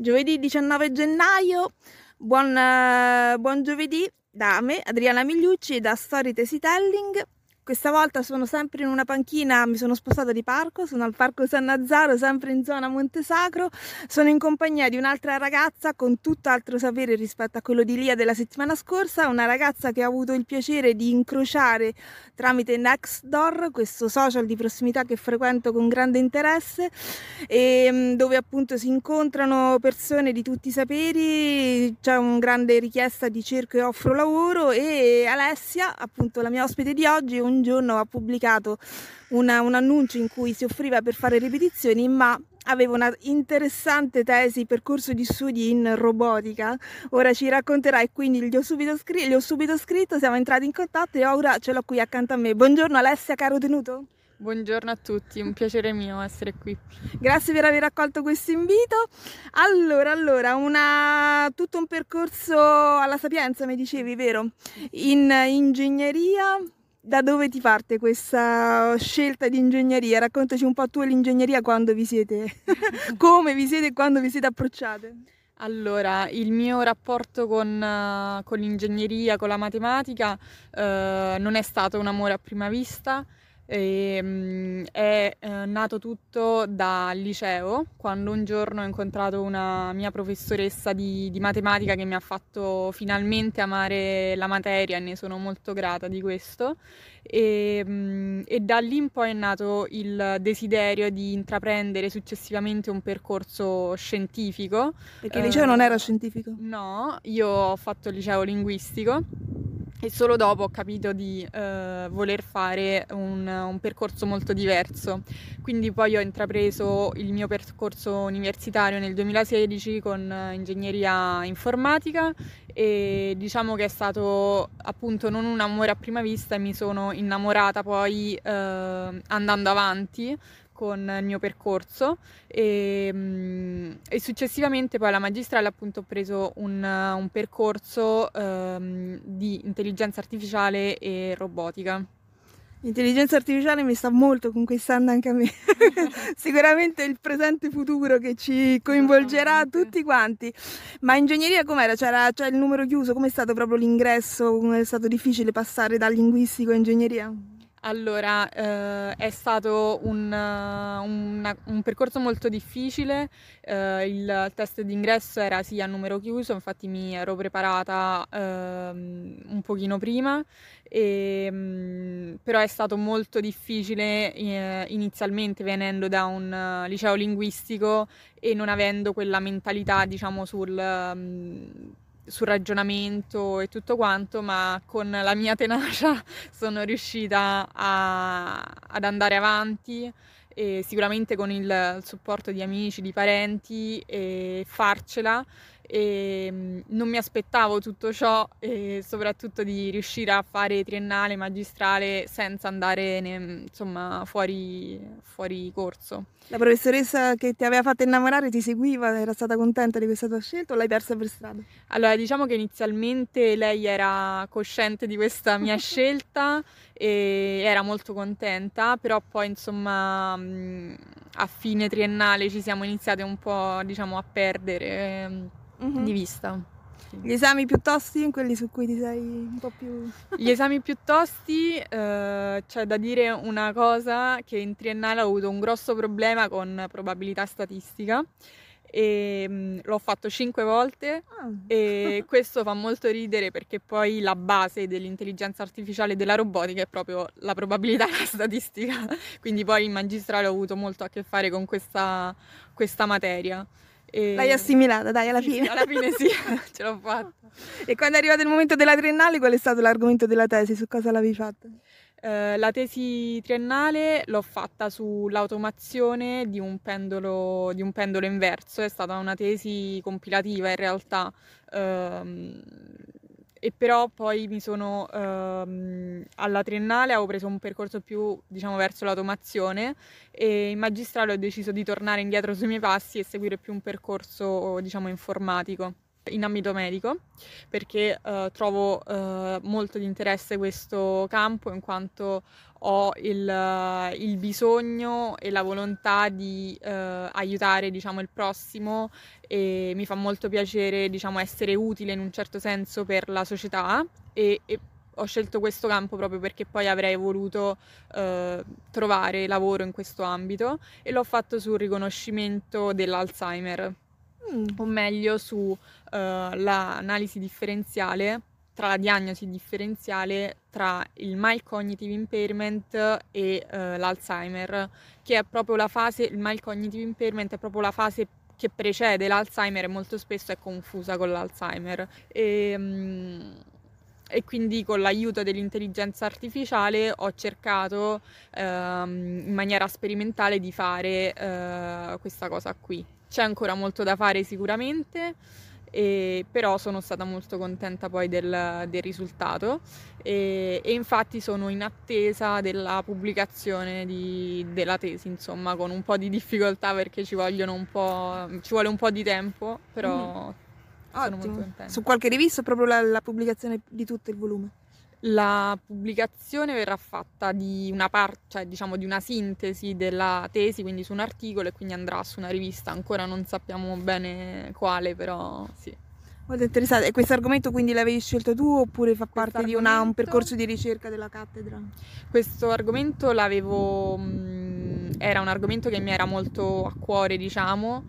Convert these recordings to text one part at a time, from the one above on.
Giovedì 19 gennaio, buon giovedì da me, Adriana Migliucci, da Story Telling. Questa volta sono sempre in una panchina, mi sono spostata di parco, sono al Parco San Nazzaro, sempre in zona Montesacro. Sono in compagnia di un'altra ragazza con tutt'altro sapere rispetto a quello di Lia della settimana scorsa, una ragazza che ho avuto il piacere di incrociare tramite Nextdoor, questo social di prossimità che frequento con grande interesse, e dove appunto si incontrano persone di tutti i saperi. C'è una grande richiesta di cerco e offro lavoro, e Alessia, appunto la mia ospite di oggi, un giorno ha pubblicato un annuncio in cui si offriva per fare ripetizioni, ma aveva una interessante tesi, percorso di studi in robotica. Ora ci racconterà, e quindi gli ho subito scritto, siamo entrati in contatto e ora ce l'ho qui accanto a me. Buongiorno Alessia, caro tenuto. Buongiorno a tutti, è un piacere mio essere qui. Grazie per aver accolto questo invito. Allora, tutto un percorso alla Sapienza, mi dicevi, vero? In ingegneria. Da dove ti parte questa scelta di ingegneria? Raccontaci un po' tu e l'ingegneria, quando vi siete, come vi siete e quando vi siete approcciate. Allora, il mio rapporto con l'ingegneria, con la matematica, non è stato un amore a prima vista. È nato tutto dal liceo, quando un giorno ho incontrato una mia professoressa di matematica che mi ha fatto finalmente amare la materia, e ne sono molto grata di questo. E da lì in poi è nato il desiderio di intraprendere successivamente un percorso scientifico. Perché il liceo non era scientifico? No, io ho fatto il liceo linguistico e solo dopo ho capito di voler fare un percorso molto diverso. Quindi poi ho intrapreso il mio percorso universitario nel 2016 con ingegneria informatica, e diciamo che è stato appunto non un amore a prima vista, e mi sono innamorata poi andando avanti con il mio percorso, e successivamente poi alla magistrale appunto ho preso un percorso di intelligenza artificiale e robotica. L'intelligenza artificiale mi sta molto conquistando anche a me. Sicuramente il presente e futuro che ci coinvolgerà tutti quanti. Ma ingegneria com'era? C'è il numero chiuso? Com'è stato proprio l'ingresso? È stato difficile passare dal linguistico a ingegneria? Allora, è stato un percorso molto difficile. Il test d'ingresso era sì a numero chiuso, infatti mi ero preparata un pochino prima, però è stato molto difficile inizialmente, venendo da un liceo linguistico e non avendo quella mentalità, diciamo, sul ragionamento e tutto quanto, ma con la mia tenacia sono riuscita ad andare avanti, e sicuramente con il supporto di amici, di parenti, e farcela. E non mi aspettavo tutto ciò, e soprattutto di riuscire a fare triennale, magistrale senza andare insomma fuori corso. La professoressa che ti aveva fatto innamorare ti seguiva? Era stata contenta di questa tua scelta o l'hai persa per strada? Allora, diciamo che inizialmente lei era cosciente di questa mia scelta e era molto contenta, però poi insomma a fine triennale ci siamo iniziate un po', diciamo, a perdere di vista. Gli esami più tosti, quelli su cui ti sei un po' più... Gli esami più tosti, c'è da dire una cosa, che in triennale ho avuto un grosso problema con probabilità statistica, e l'ho fatto 5 volte, e questo fa molto ridere perché poi la base dell'intelligenza artificiale e della robotica è proprio la probabilità e la statistica, quindi poi in magistrale ho avuto molto a che fare con questa materia. L'hai assimilata, dai, alla fine. Sì, alla fine sì, ce l'ho fatta. E quando è arrivato il momento della triennale, qual è stato l'argomento della tesi? Su cosa l'avevi fatta? La tesi triennale l'ho fatta sull'automazione di un pendolo inverso, è stata una tesi compilativa in realtà, e però poi alla triennale avevo preso un percorso più, diciamo, verso l'automazione, e in magistrale ho deciso di tornare indietro sui miei passi e seguire più un percorso, diciamo, informatico in ambito medico, perché trovo molto di interesse questo campo, in quanto ho il bisogno e la volontà di aiutare, diciamo, il prossimo, e mi fa molto piacere, diciamo, essere utile in un certo senso per la società, e ho scelto questo campo proprio perché poi avrei voluto trovare lavoro in questo ambito, e l'ho fatto sul riconoscimento dell'Alzheimer, o meglio su l'analisi differenziale, tra la diagnosi differenziale tra il mild cognitive impairment e l'Alzheimer, che è proprio la fase, il mild cognitive impairment è proprio la fase che precede l'Alzheimer e molto spesso è confusa con l'Alzheimer. E quindi con l'aiuto dell'intelligenza artificiale ho cercato in maniera sperimentale di fare questa cosa qui. C'è ancora molto da fare sicuramente, però sono stata molto contenta poi del risultato, e infatti sono in attesa della pubblicazione della tesi, insomma, con un po' di difficoltà perché ci vuole un po' di tempo, però sono molto contenta. Su qualche rivista o proprio la pubblicazione di tutto il volume? La pubblicazione verrà fatta di una parte, cioè diciamo di una sintesi della tesi, quindi su un articolo, e quindi andrà su una rivista, ancora non sappiamo bene quale, però sì. Molto interessante. E questo argomento quindi l'avevi scelto tu oppure fa parte di un percorso di ricerca della cattedra? Questo argomento era un argomento che mi era molto a cuore, diciamo,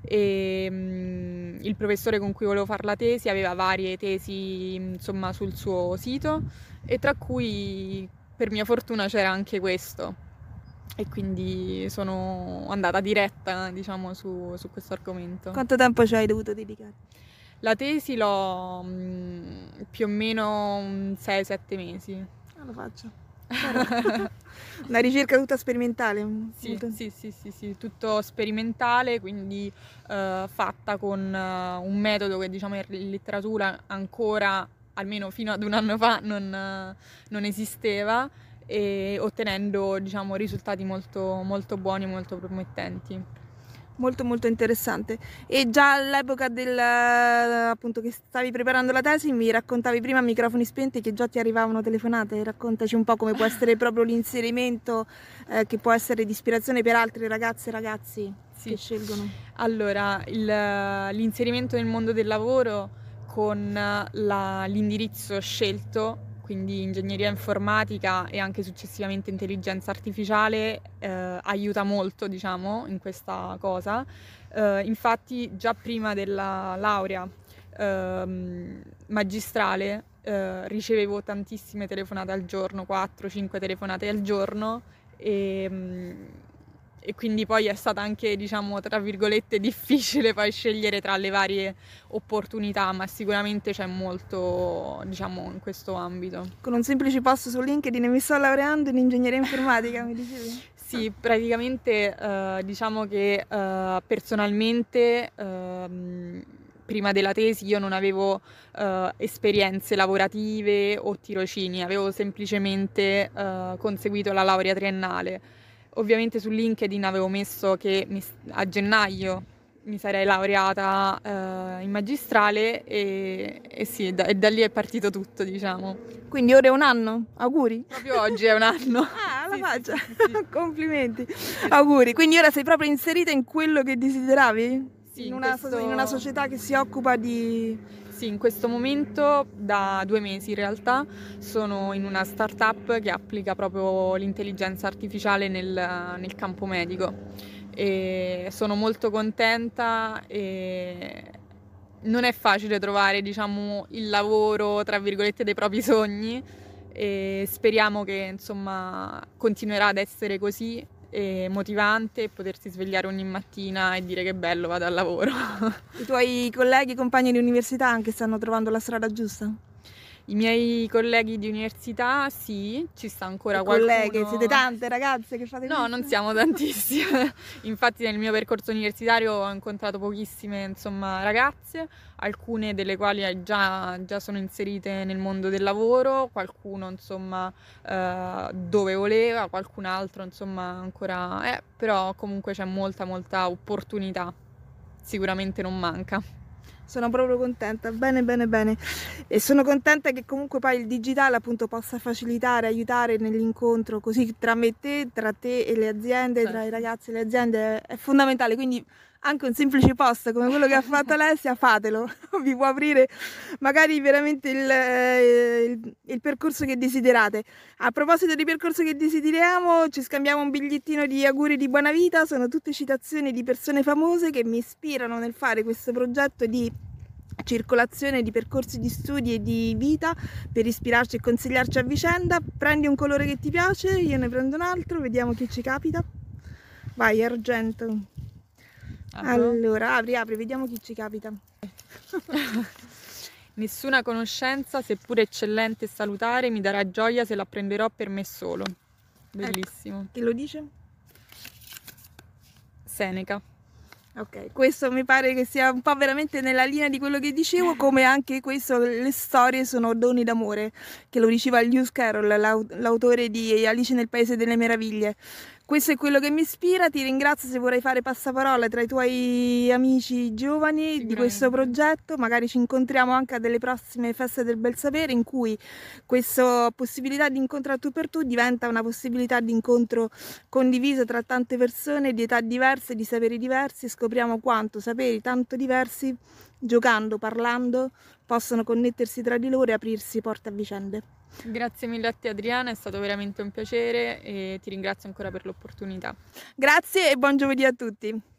e il professore con cui volevo fare la tesi aveva varie tesi, insomma, sul suo sito, e tra cui per mia fortuna c'era anche questo, e quindi sono andata diretta, diciamo, su questo argomento. Quanto tempo ci hai dovuto dedicare? La tesi l'ho più o meno 6-7 mesi. Lo faccio. Una ricerca tutta sperimentale? Sì, tutto sperimentale, quindi fatta con un metodo che, diciamo, in letteratura ancora, almeno fino ad un anno fa, non esisteva, e ottenendo, diciamo, risultati molto, molto buoni e molto promettenti. Molto molto interessante. E già all'epoca appunto che stavi preparando la tesi mi raccontavi prima a microfoni spenti che già ti arrivavano telefonate. Raccontaci un po' come può essere proprio l'inserimento che può essere di ispirazione per altre ragazze e ragazzi che scelgono. Allora, l'inserimento nel mondo del lavoro con l'indirizzo scelto, quindi ingegneria informatica e anche successivamente intelligenza artificiale, aiuta molto, diciamo, in questa cosa. Infatti già prima della laurea magistrale ricevevo tantissime telefonate al giorno, 4-5 telefonate al giorno, e quindi poi è stata anche, diciamo, tra virgolette, difficile poi scegliere tra le varie opportunità, ma sicuramente c'è molto, diciamo, in questo ambito. Con un semplice post su LinkedIn mi sto laureando in ingegneria informatica, mi dicevi? Sì, praticamente diciamo che personalmente prima della tesi io non avevo esperienze lavorative o tirocini, avevo semplicemente conseguito la laurea triennale. Ovviamente su LinkedIn avevo messo che a gennaio mi sarei laureata in magistrale, e sì, da lì è partito tutto, diciamo. Quindi ora è un anno? Auguri? Proprio oggi è un anno. Ah, la faccia! Complimenti! Auguri! Quindi ora sei proprio inserita in quello che desideravi? Sì, in una società che si occupa di... Sì, in questo momento, da 2 mesi in realtà, sono in una startup che applica proprio l'intelligenza artificiale nel campo medico, e sono molto contenta, e non è facile trovare, diciamo, il lavoro, tra virgolette, dei propri sogni, e speriamo che, insomma, continuerà ad essere così, e motivante, potersi svegliare ogni mattina e dire che bello, vado al lavoro. I tuoi colleghi e compagni di università anche stanno trovando la strada giusta? I miei colleghi di università, sì, ci sta ancora qualcuno. Colleghe, siete tante ragazze che fate questo? No, non siamo tantissime. Infatti nel mio percorso universitario ho incontrato pochissime, insomma, ragazze, alcune delle quali già sono inserite nel mondo del lavoro, qualcuno, insomma, dove voleva, qualcun altro, insomma, ancora... però comunque c'è molta opportunità, sicuramente non manca. Sono proprio contenta, bene bene bene, e sono contenta che comunque poi il digitale appunto possa facilitare, aiutare nell'incontro così tra me e te, tra te e le aziende, tra i Certo. ragazzi e le aziende è fondamentale, quindi anche un semplice post come quello che ha fatto Alessia, fatelo, vi può aprire magari veramente il percorso che desiderate. A proposito di percorso che desideriamo, ci scambiamo un bigliettino di auguri di buona vita, sono tutte citazioni di persone famose che mi ispirano nel fare questo progetto di circolazione di percorsi di studi e di vita per ispirarci e consigliarci a vicenda. Prendi un colore che ti piace, io ne prendo un altro, vediamo chi ci capita. Vai, argento. Apro. Allora, apri, vediamo chi ci capita. Nessuna conoscenza, seppure eccellente e salutare, mi darà gioia se la prenderò per me solo. Bellissimo. Ecco. Chi lo dice? Seneca. Ok, questo mi pare che sia un po' veramente nella linea di quello che dicevo, come anche questo, le storie sono doni d'amore, che lo diceva Lewis Carroll, l'autore di Alice nel Paese delle Meraviglie. Questo è quello che mi ispira, ti ringrazio se vorrai fare passaparola tra i tuoi amici giovani di questo progetto, magari ci incontriamo anche a delle prossime feste del bel sapere in cui questa possibilità di incontro a tu per tu diventa una possibilità di incontro condiviso tra tante persone di età diverse, di saperi diversi, scopriamo quanto saperi tanto diversi, giocando, parlando, possono connettersi tra di loro e aprirsi porte a vicende. Grazie mille a te Adriana, è stato veramente un piacere e ti ringrazio ancora per l'opportunità. Grazie e buon giovedì a tutti!